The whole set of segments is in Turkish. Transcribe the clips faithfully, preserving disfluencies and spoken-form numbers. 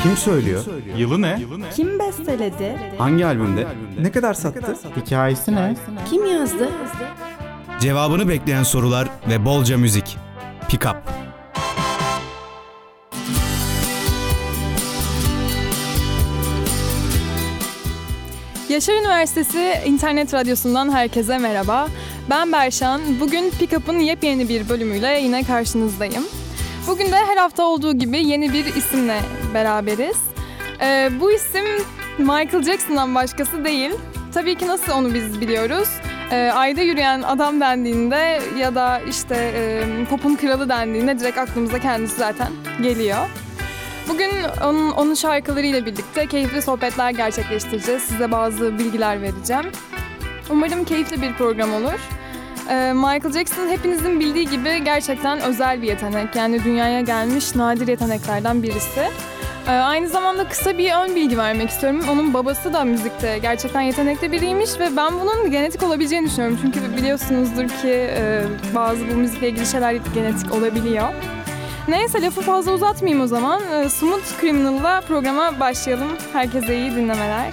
Kim söylüyor? Yılı ne? Kim besteledi? Hangi albümde? Ne kadar sattı? Hikayesi ne? Kim yazdı? Cevabını bekleyen sorular ve bolca müzik. Pick Up. Yaşar Üniversitesi İnternet Radyosu'ndan herkese merhaba. Ben Berşan. Bugün Pick Up'ın yepyeni bir bölümüyle yine karşınızdayım. Bugün de her hafta olduğu gibi yeni bir isimle beraberiz. Ee, bu isim Michael Jackson'dan başkası değil. Tabii ki nasıl onu biz biliyoruz. Ee, ayda yürüyen adam dendiğinde ya da işte e, pop'un kralı dendiğinde direkt aklımıza kendisi zaten geliyor. Bugün onun, onun şarkılarıyla birlikte keyifli sohbetler gerçekleştireceğiz. Size bazı bilgiler vereceğim. Umarım keyifli bir program olur. Ee, Michael Jackson hepinizin bildiği gibi gerçekten özel bir yetenek. Yani dünyaya gelmiş nadir yeteneklerden birisi. Ee, aynı zamanda kısa bir ön bilgi vermek istiyorum. Onun babası da müzikte gerçekten yetenekli biriymiş ve ben bunun genetik olabileceğini düşünüyorum. Çünkü biliyorsunuzdur ki e, bazı bu müzikle ilgili şeyler genetik olabiliyor. Neyse lafı fazla uzatmayayım o zaman. E, Smooth Criminal'la programa başlayalım. Herkese iyi dinlemeler.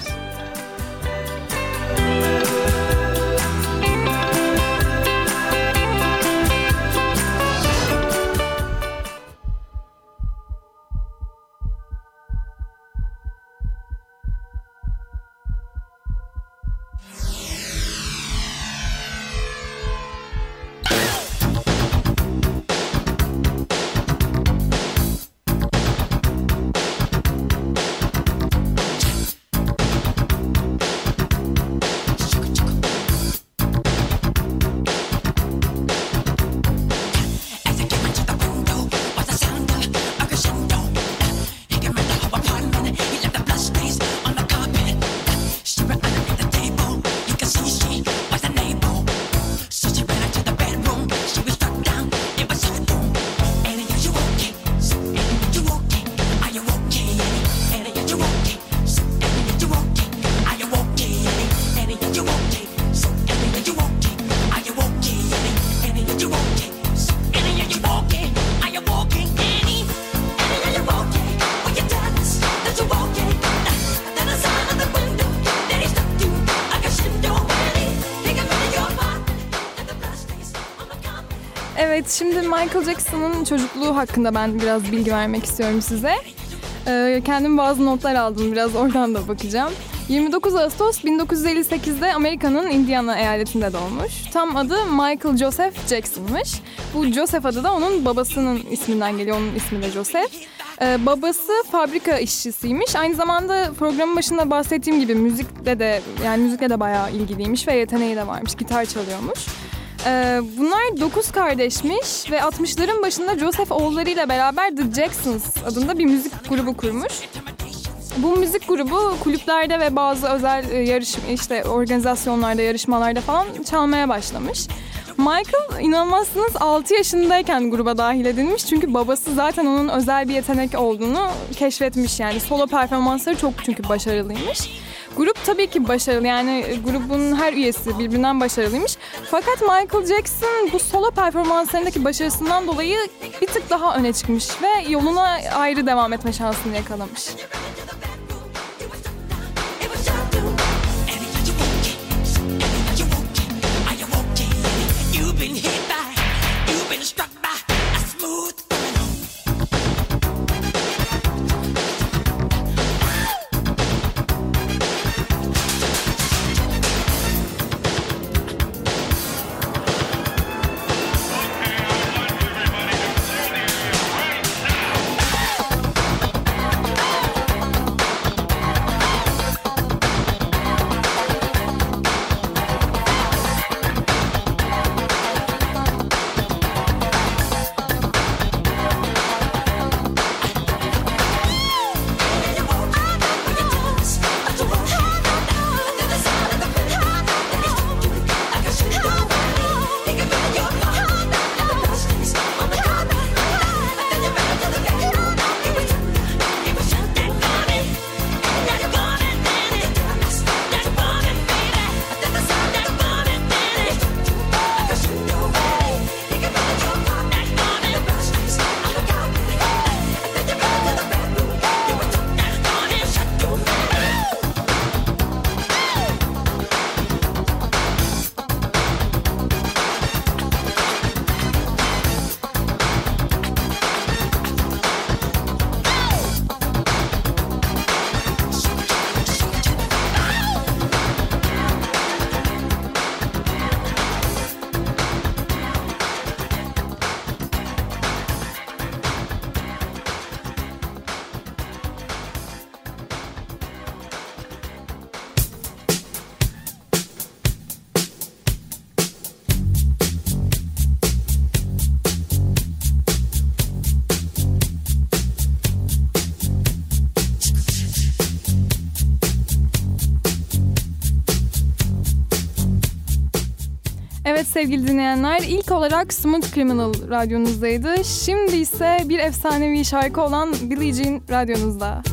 Evet, şimdi Michael Jackson'ın çocukluğu hakkında ben biraz bilgi vermek istiyorum size. Ee, kendim bazı notlar aldım, biraz oradan da bakacağım. yirmi dokuz Ağustos bin dokuz yüz elli sekizde Amerika'nın Indiana eyaletinde doğmuş. Tam adı Michael Joseph Jackson'mış. Bu Joseph adı da onun babasının isminden geliyor, onun ismi de Joseph. Ee, babası fabrika işçisiymiş. Aynı zamanda programın başında bahsettiğim gibi müzikle de yani müzikle de bayağı ilgiliymiş ve yeteneği de varmış, gitar çalıyormuş. Ee, bunlar dokuz kardeşmiş ve altmışların başında Joseph oğullarıyla beraber The Jacksons adında bir müzik grubu kurmuş. Bu müzik grubu kulüplerde ve bazı özel yarışma, işte organizasyonlarda, yarışmalarda falan çalmaya başlamış. Michael inanmazsınız altı yaşındayken gruba dahil edilmiş çünkü babası zaten onun özel bir yetenek olduğunu keşfetmiş, yani solo performansları çok çünkü başarılıymış. Grup tabii ki başarılı, yani grubun her üyesi birbirinden başarılıymış. Fakat Michael Jackson bu solo performanslarındaki başarısından dolayı bir tık daha öne çıkmış ve yoluna ayrı devam etme şansını yakalamış. sevgili dinleyenler. İlk olarak Smooth Criminal radyonuzdaydı. Şimdi ise bir efsanevi şarkı olan Billie Jean radyonuzda.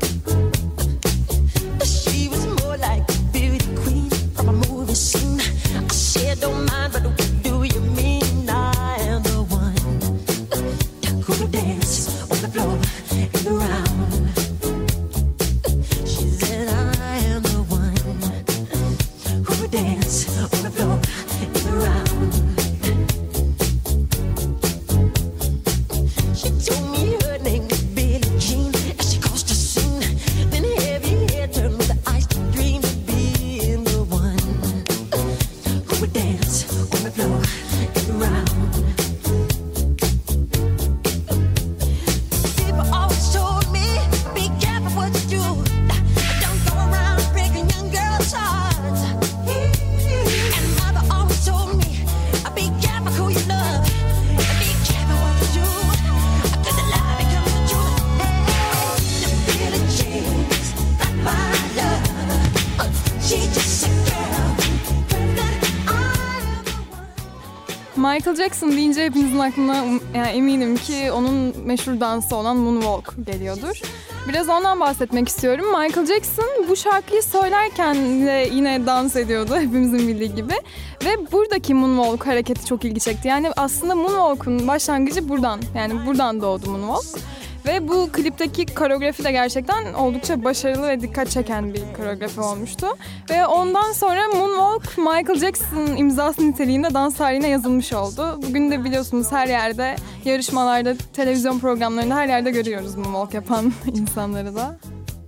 Michael Jackson deyince hepinizin aklına yani eminim ki onun meşhur dansı olan Moonwalk geliyordur. Biraz ondan bahsetmek istiyorum. Michael Jackson bu şarkıyı söylerken de yine dans ediyordu hepimizin bildiği gibi. Ve buradaki Moonwalk hareketi çok ilgi çekti. Yani aslında Moonwalk'un başlangıcı buradan. Yani buradan doğdu Moonwalk. Ve bu klipteki koreografi de gerçekten oldukça başarılı ve dikkat çeken bir koreografi olmuştu. Ve ondan sonra Moonwalk Michael Jackson imzası niteliğinde dans tarihine yazılmış oldu. Bugün de biliyorsunuz her yerde, yarışmalarda, televizyon programlarında her yerde görüyoruz Moonwalk yapan insanları da.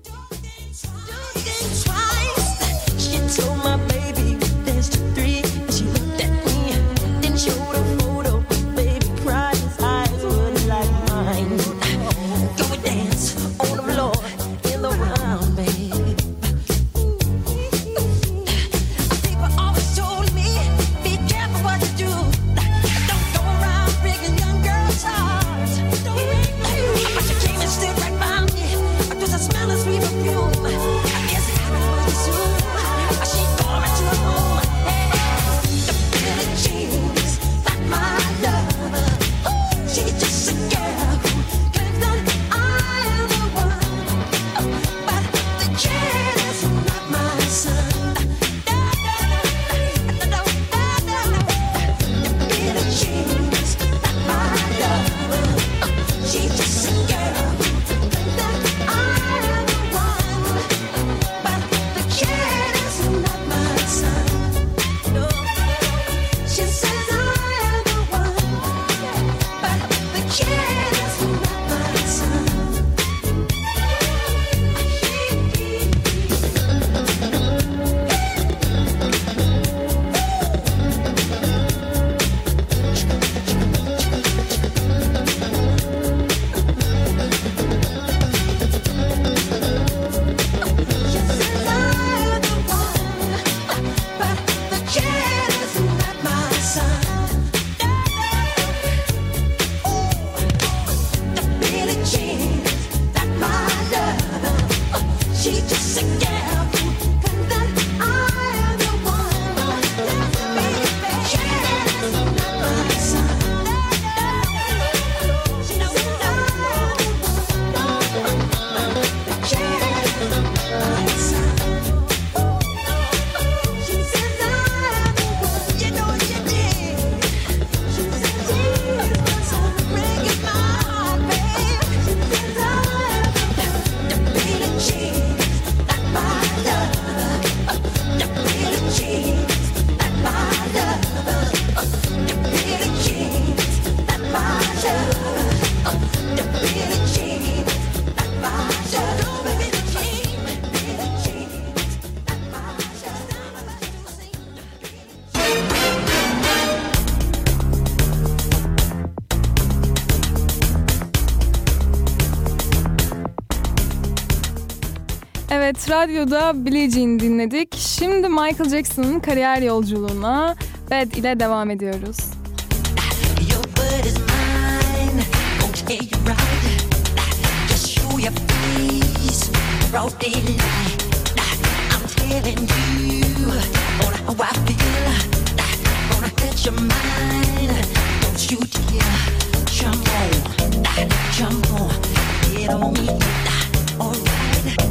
Evet, radyoda Billie Jean dinledik. Şimdi Michael Jackson'ın kariyer yolculuğuna Bad ile devam ediyoruz. watch your mind. Don't you dare jump on, jump on, get on me, alright.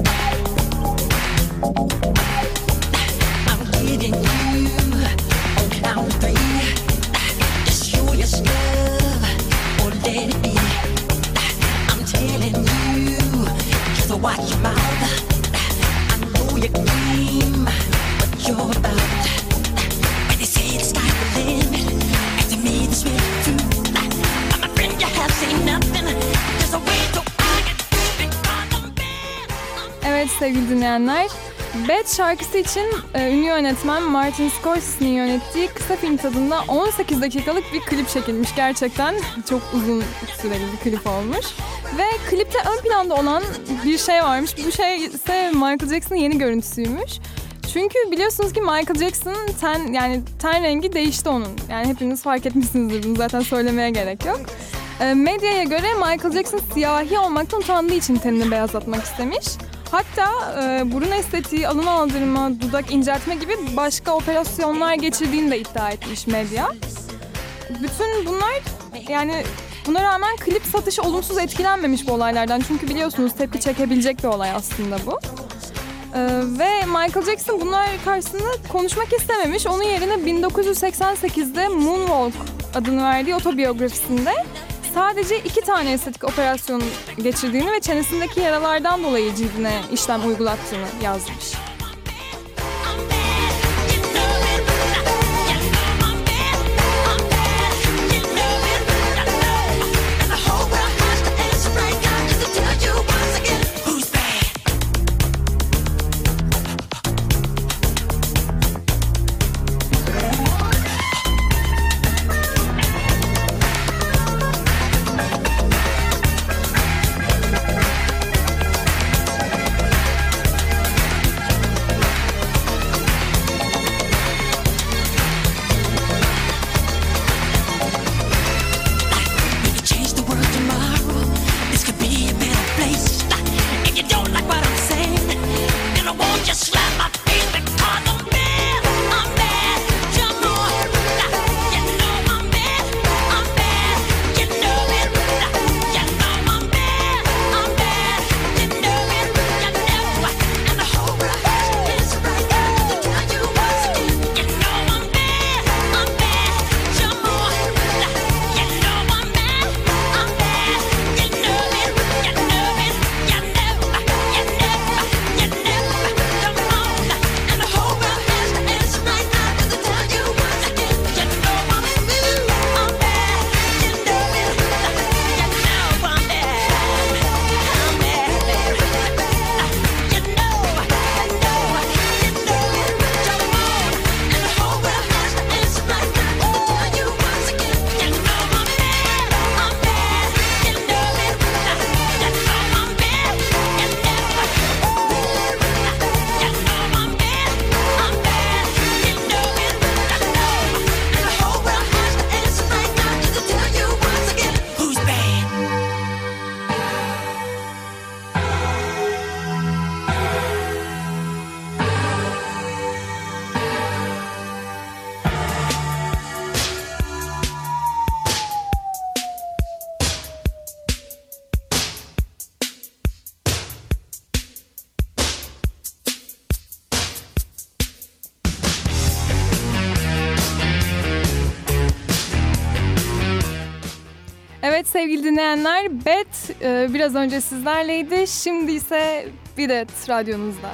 I'm giving you on count of three. Just show your stuff or let it be. I'm telling you, just watch your mouth. I know your game, what you're about. When they say the sky's the limit, and to me this way too. But my friend, you have seen nothing. There's a way to argue because I'm bad. Evet sevgili dinleyenler, Bad şarkısı için e, ünlü yönetmen Martin Scorsese'nin yönettiği kısa film tadında on sekiz dakikalık bir klip çekilmiş. Gerçekten çok uzun süreli bir klip olmuş. Ve klipte ön planda olan bir şey varmış. Bu şey ise Michael Jackson'ın yeni görüntüsüymüş. Çünkü biliyorsunuz ki Michael Jackson ten, yani ten rengi değişti onun. Yani hepiniz fark etmişsinizdir, bunu zaten söylemeye gerek yok. E, medyaya göre Michael Jackson siyahi olmaktan utandığı için tenini beyazlatmak istemiş. Hatta e, burun estetiği, alın aldırma, dudak inceltme gibi başka operasyonlar geçirdiğini de iddia etmiş medya. Bütün bunlar, yani buna rağmen klip satışı olumsuz etkilenmemiş bu olaylardan. Çünkü biliyorsunuz tepki çekebilecek bir olay aslında bu. E, ve Michael Jackson bunlar karşısında konuşmak istememiş. Onun yerine bin dokuz yüz seksen sekizde Moonwalk adını verdiği otobiyografisinde sadece iki tane estetik operasyon geçirdiğini ve çenesindeki yaralardan dolayı cildine işlem uygulattığını yazmış. Evet sevgili dinleyenler, Bad e, biraz önce sizlerleydi. Şimdi ise Bidet radyonuzda.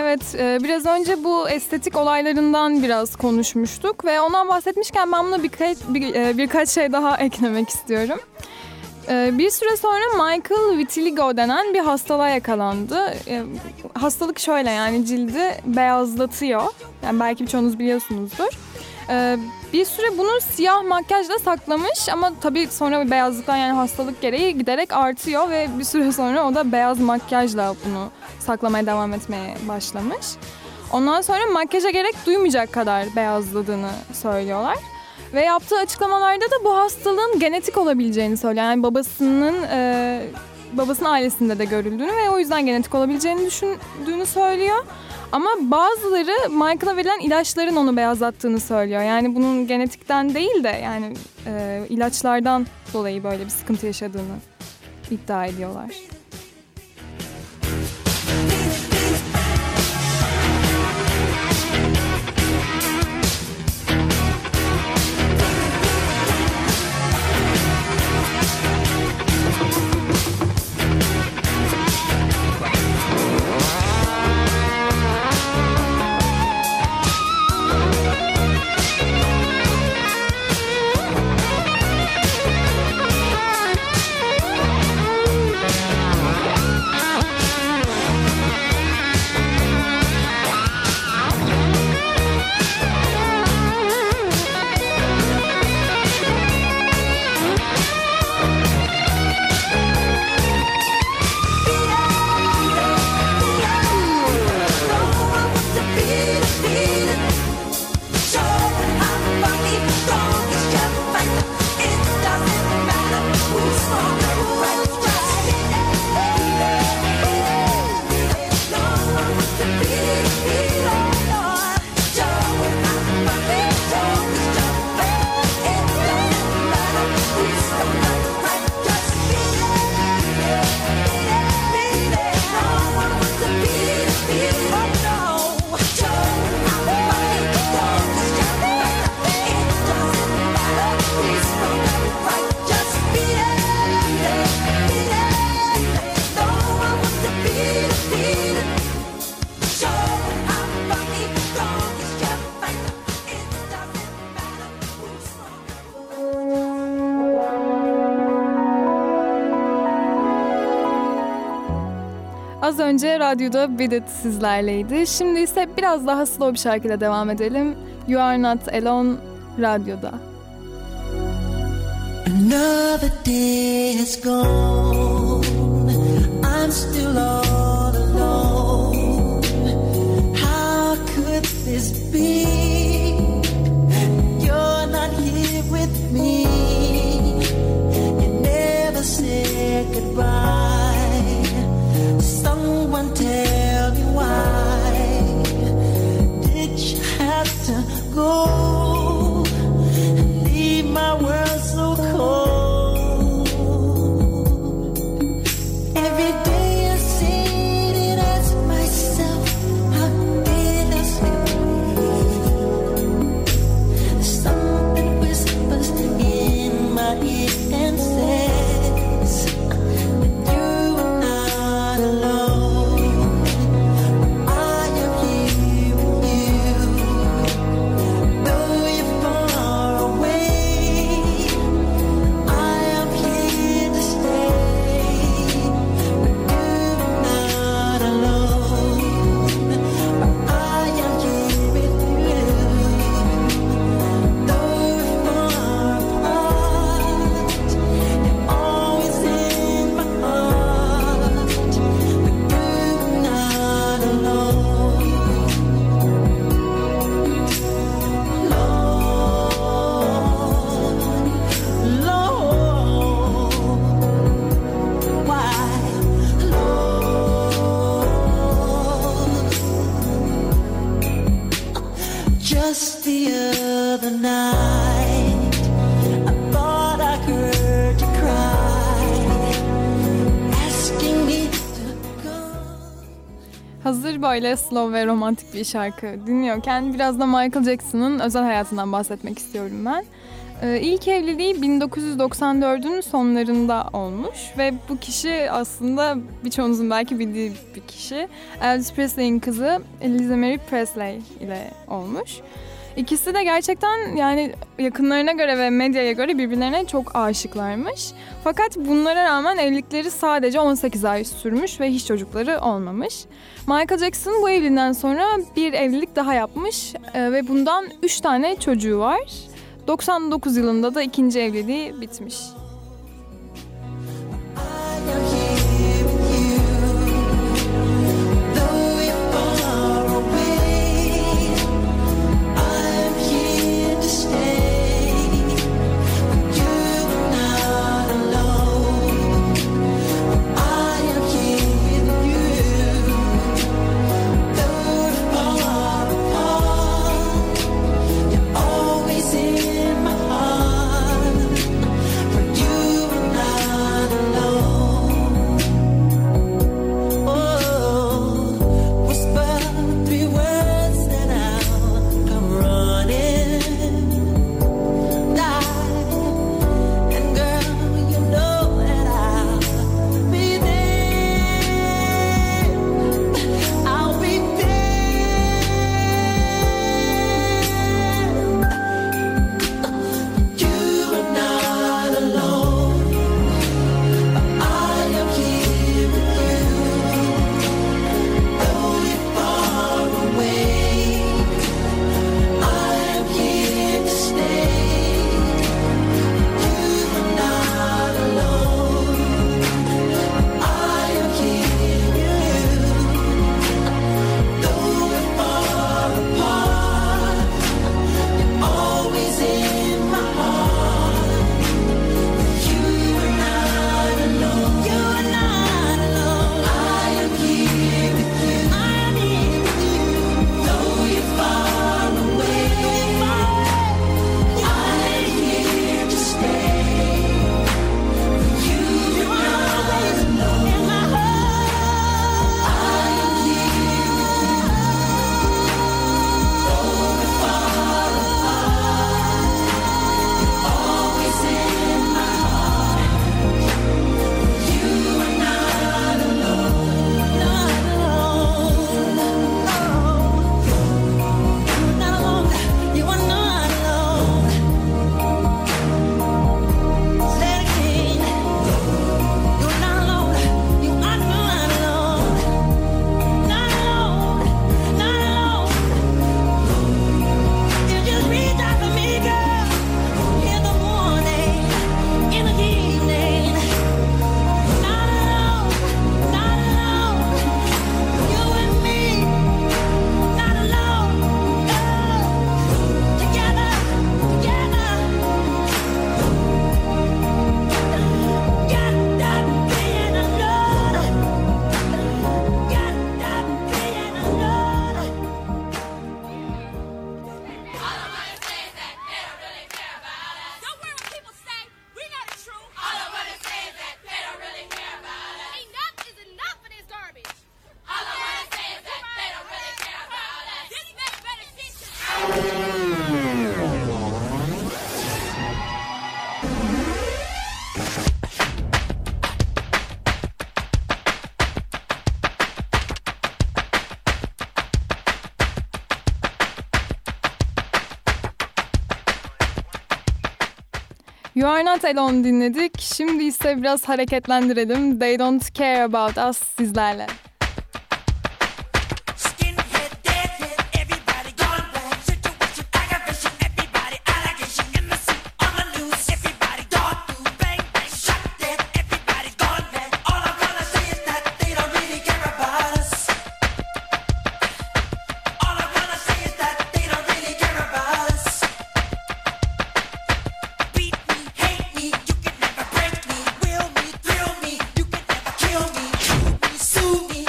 Evet, e, biraz önce bu estetik olaylarından biraz konuşmuştuk ve ondan bahsetmişken ben buna birkaç, bir, e, birkaç şey daha eklemek istiyorum. E, bir süre sonra Michael vitiligo denen bir hastalığa yakalandı. E, hastalık şöyle, yani cildi beyazlatıyor. Yani belki birçoğunuz biliyorsunuzdur. E, bir süre bunu siyah makyajla saklamış ama tabii sonra beyazlıktan, yani hastalık gereği giderek artıyor ve bir süre sonra o da beyaz makyajla bunu saklamaya devam etmeye başlamış. Ondan sonra makyaja gerek duymayacak kadar beyazladığını söylüyorlar. Ve yaptığı açıklamalarda da bu hastalığın genetik olabileceğini söylüyor. Yani babasının e, babasının ailesinde de görüldüğünü ve o yüzden genetik olabileceğini düşündüğünü söylüyor. Ama bazıları Michael'a verilen ilaçların onu beyazlattığını söylüyor. Yani bunun genetikten değil de yani e, ilaçlardan dolayı böyle bir sıkıntı yaşadığını iddia ediyorlar. Az önce radyoda Beat It sizlerleydi. Şimdi ise biraz daha slow bir şarkıyla devam edelim. You Are Not Alone radyoda. Another day has gone. I'm still all alone. How could this be? You're not here with me. You never said goodbye. Someone tell me why did you have to go and leave my world so cold? Every day I sit and ask myself, how did I slip away? Something whispers in my ear and says you're not alone. I am here with you. Though you're far away, I am here to stay. But you're not alone. I am here with you. Though we're far apart, you're always in my heart. But you're not alone. Lord, Lord, why, Lord? Just the other night, I thought I heard you cry, asking me to come. Hazır böyle slow ve romantik bir şarkı dinliyorken biraz da Michael Jackson'ın özel hayatından bahsetmek istiyorum ben. Ee, ilk evliliği bin dokuz yüz doksan dördün sonlarında olmuş ve bu kişi aslında birçoğunuzun belki bildiği bir kişi. Elvis Presley'in kızı Eliza Mary Presley ile olmuş. İkisi de gerçekten yani yakınlarına göre ve medyaya göre birbirlerine çok aşıklarmış. Fakat bunlara rağmen evlilikleri sadece on sekiz ay sürmüş ve hiç çocukları olmamış. Michael Jackson bu evliliğinden sonra bir evlilik daha yapmış e, ve bundan üç tane çocuğu var. doksan dokuz yılında da ikinci evliliği bitmiş. You Are Not Alone dinledik. Şimdi ise biraz hareketlendirelim. They Don't Care About Us sizlerle. Sue me.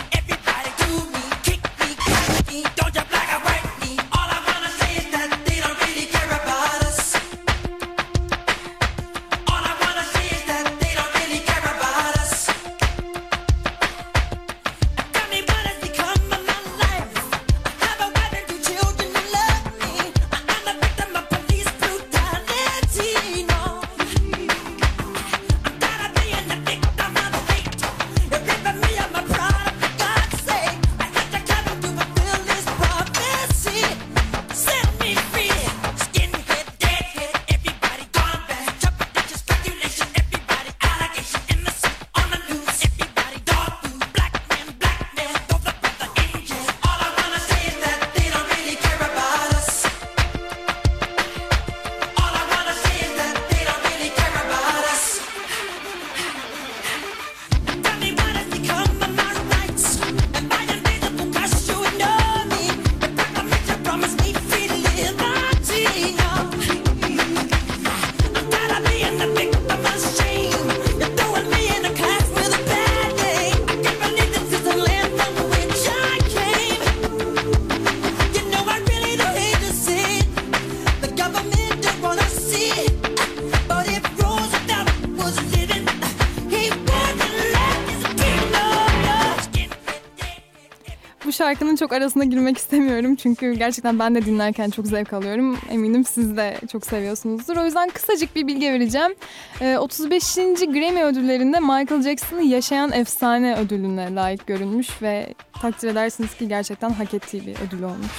bu şarkının çok arasına girmek istemiyorum. Çünkü gerçekten ben de dinlerken çok zevk alıyorum. Eminim siz de çok seviyorsunuzdur. O yüzden kısacık bir bilgi vereceğim. Ee, otuz beşinci Grammy ödüllerinde Michael Jackson'ın Yaşayan Efsane ödülüne layık görülmüş ve takdir edersiniz ki gerçekten hak ettiği bir ödül olmuş.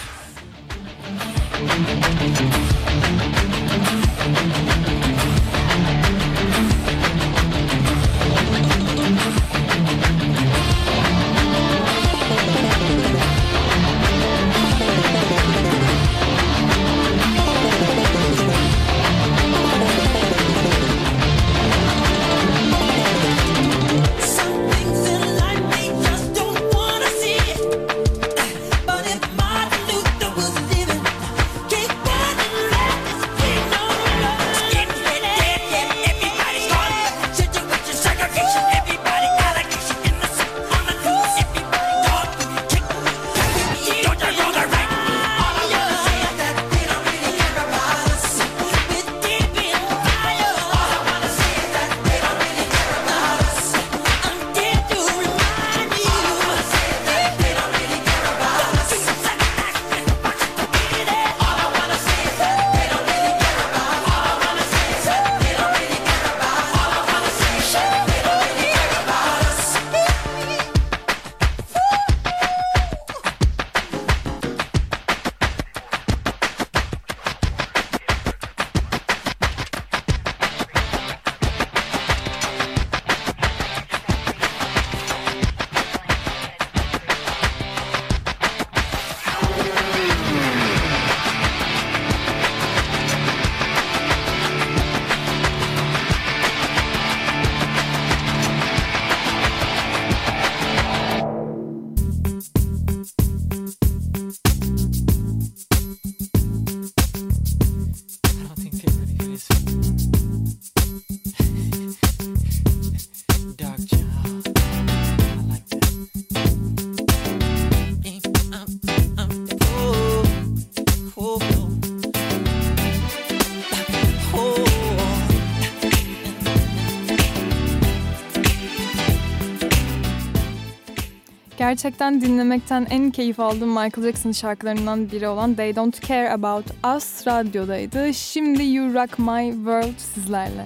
Gerçekten dinlemekten en keyif aldığım Michael Jackson şarkılarından biri olan They Don't Care About Us radyodaydı. Şimdi You Rock My World sizlerle.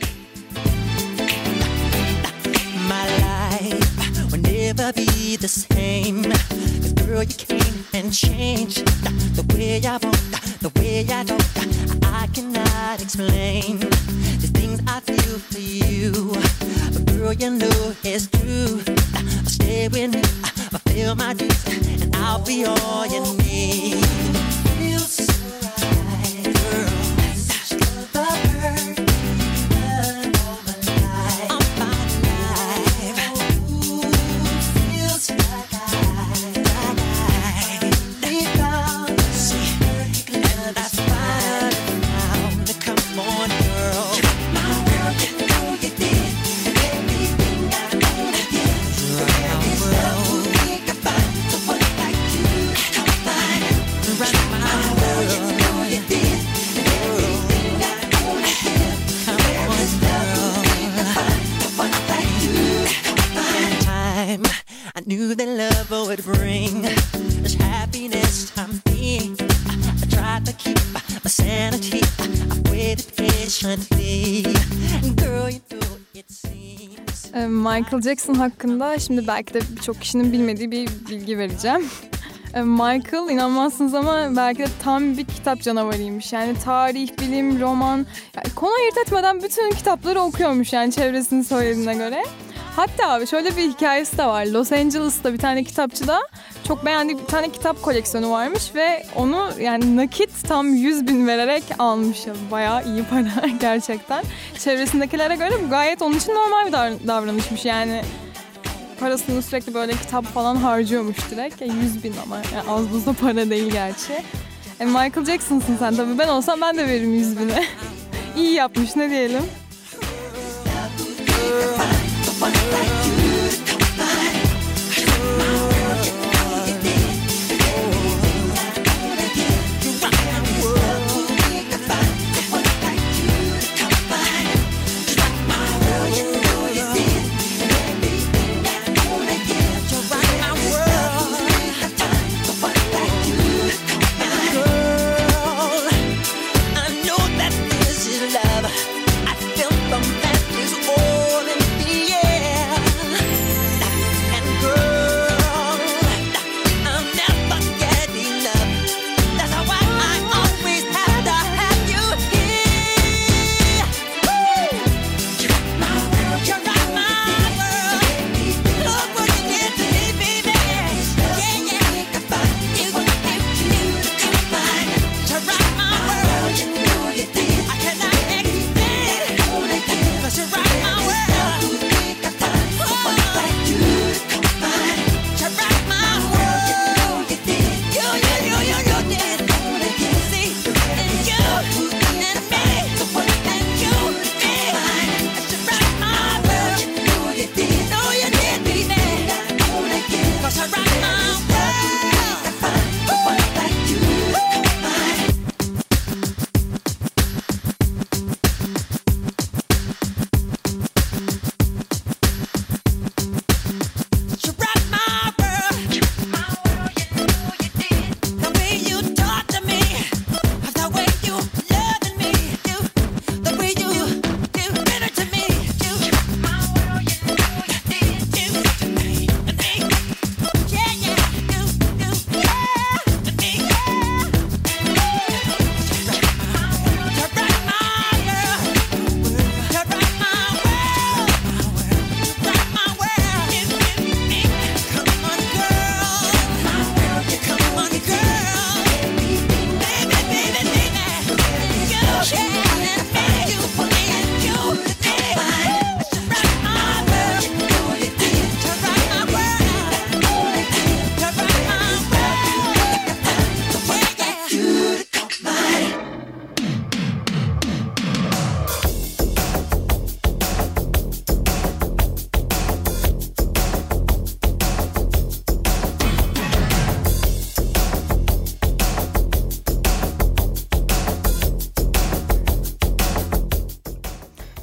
My life will never be the same. 'Cause girl, you came and changed the way I walk, the way I talk. I cannot explain the things I feel for you. But girl, you know it's true. I'll stay with you, I'll feel my dreams, and I'll be all you need. Feels so right, girl. Such the perfect love of my life. Of my life. Ooh, feels like I, like I, they found us, and I find now to come on, girl. My world, you know you did everything I wanna give. There is love we can find, the one like you can find. Right, my world, you know you did everything I wanna give. There is love we can find, the one like you can find. Time I knew that love would bring this happiness to me. I tried to keep my sanity. I waited patiently. Girl, you know it seems. Ee, Michael Jackson hakkında şimdi belki de birçok kişinin bilmediği bir bilgi vereceğim. Ee, Michael, inanmazsınız ama belki de tam bir kitap canavarıymış. Yani tarih, bilim, roman, yani konu ayırt etmeden bütün kitapları okuyormuş yani çevresinin söylediğine göre. Hatta abi şöyle bir hikayesi de var. Los Angeles'ta bir tane kitapçıda çok beğendiği bir tane kitap koleksiyonu varmış ve onu yani nakit tam yüz bin vererek almış. Bayağı iyi para gerçekten. Çevresindekilere göre bu gayet onun için normal bir davranışmış yani. Parasını sürekli böyle kitap falan harcıyormuş direkt. E, yüz bin ama yani az buzda para değil gerçi. E, Michael Jackson'sın sen tabii, ben olsam ben de veririm yüz bine. İyi yapmış, ne diyelim.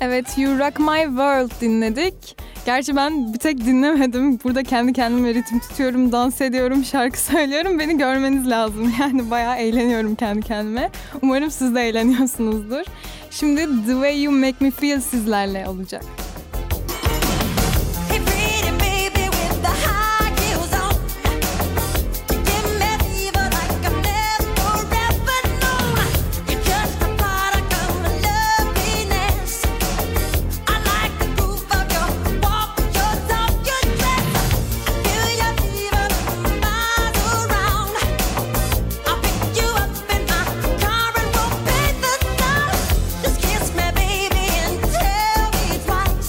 Evet, You Rock My World dinledik. Gerçi ben bir tek dinlemedim. Burada kendi kendime ritim tutuyorum, dans ediyorum, şarkı söylüyorum. Beni görmeniz lazım. Yani bayağı eğleniyorum kendi kendime. Umarım siz de eğleniyorsunuzdur. Şimdi The Way You Make Me Feel sizlerle olacak. Just kiss me, baby, and tell me twice.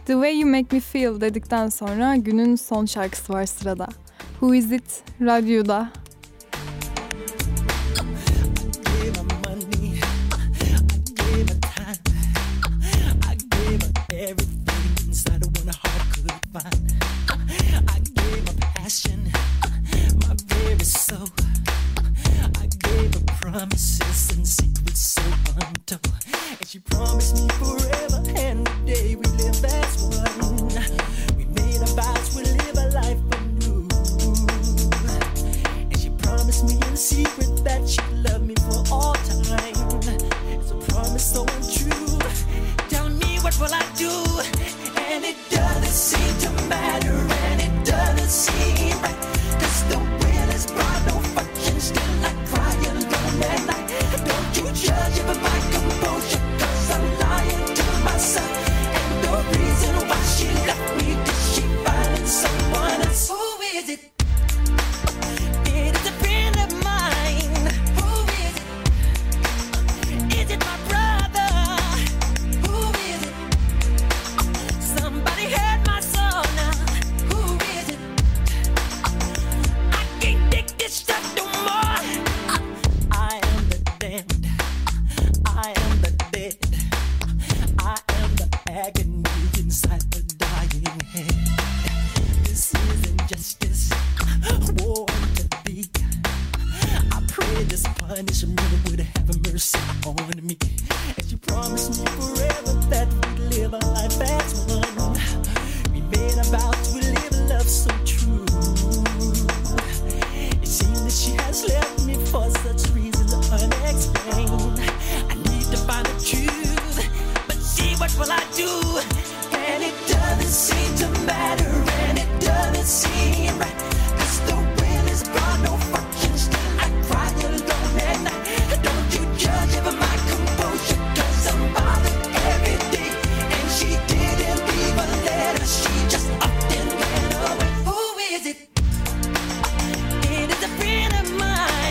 The Way You Make Me Feel dedikten sonra günün son şarkısı var sırada. Who Is It radyoda. Promises and secrets so untold, and she promised me forever and the day we live as one. We made our vows, we live a life anew, and she promised me in secret that she'd love me for all time. It's a promise so untrue. Tell me, what will I do? And it doesn't seem to matter, and it doesn't seem right, 'cause the will is brought no fucking still I cry alone at night. Don't you judge it by my composure, 'cause I'm lying to myself. And the reason why she left me, did she find someone else? Who is it? It is a friend of mine. Who is it? Is it my brother? Who is it? Somebody heard my soul now. Who is it? I can't take this stuff no more. I am the damned. I am the dead. I am the agony inside the dying head. This isn't justice. War to be. I pray this punishment would have mercy on me. And she promised me forever that we'd live a life as one. We made a vow to live a love so true. It seems that she has left me for such reasons unexplained. I need to find the truth, but see, what will I do? And it doesn't seem to matter, and it doesn't seem right, 'cause the will is gone, no fucking still I cry alone at night. Don't you judge it by my composure, 'cause I'm bothered every day. And she didn't leave a letter, she just upped and ran away. Who is it? It is a friend of mine.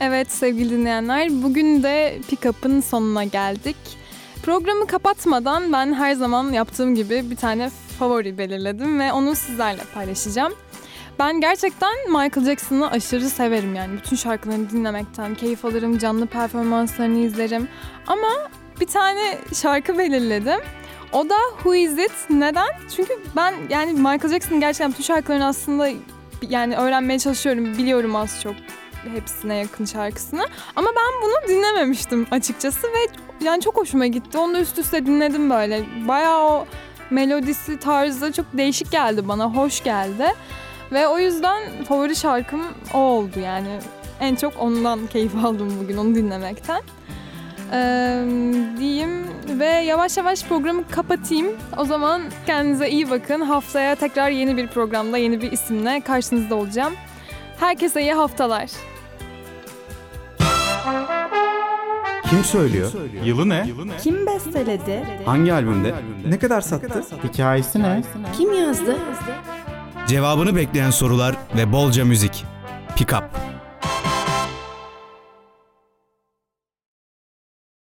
Evet sevgili dinleyenler, bugün de Pick-up'ın sonuna geldik. Programı kapatmadan ben her zaman yaptığım gibi bir tane favori belirledim ve onu sizlerle paylaşacağım. Ben gerçekten Michael Jackson'ı aşırı severim yani. Bütün şarkılarını dinlemekten keyif alırım, canlı performanslarını izlerim. Ama bir tane şarkı belirledim. O da Who Is It? Neden? Çünkü ben yani Michael Jackson'ın gerçekten bütün şarkılarını aslında yani öğrenmeye çalışıyorum, biliyorum az çok hepsine yakın şarkısını. Ama ben bunu dinlememiştim açıkçası ve yani çok hoşuma gitti. Onu da üst üste dinledim böyle. Bayağı o melodisi, tarzı çok değişik geldi bana, hoş geldi. Ve o yüzden favori şarkım o oldu yani. En çok ondan keyif aldım bugün, onu dinlemekten. Ee, diyeyim ve yavaş yavaş programı kapatayım. O zaman kendinize iyi bakın. Haftaya tekrar yeni bir programda, yeni bir isimle karşınızda olacağım. Herkese iyi haftalar. Kim söylüyor? Yılı ne? Kim besteledi? Hangi albümde? Ne kadar sattı? Hikayesi ne? Kim yazdı? Cevabını bekleyen sorular ve bolca müzik. Pick Up.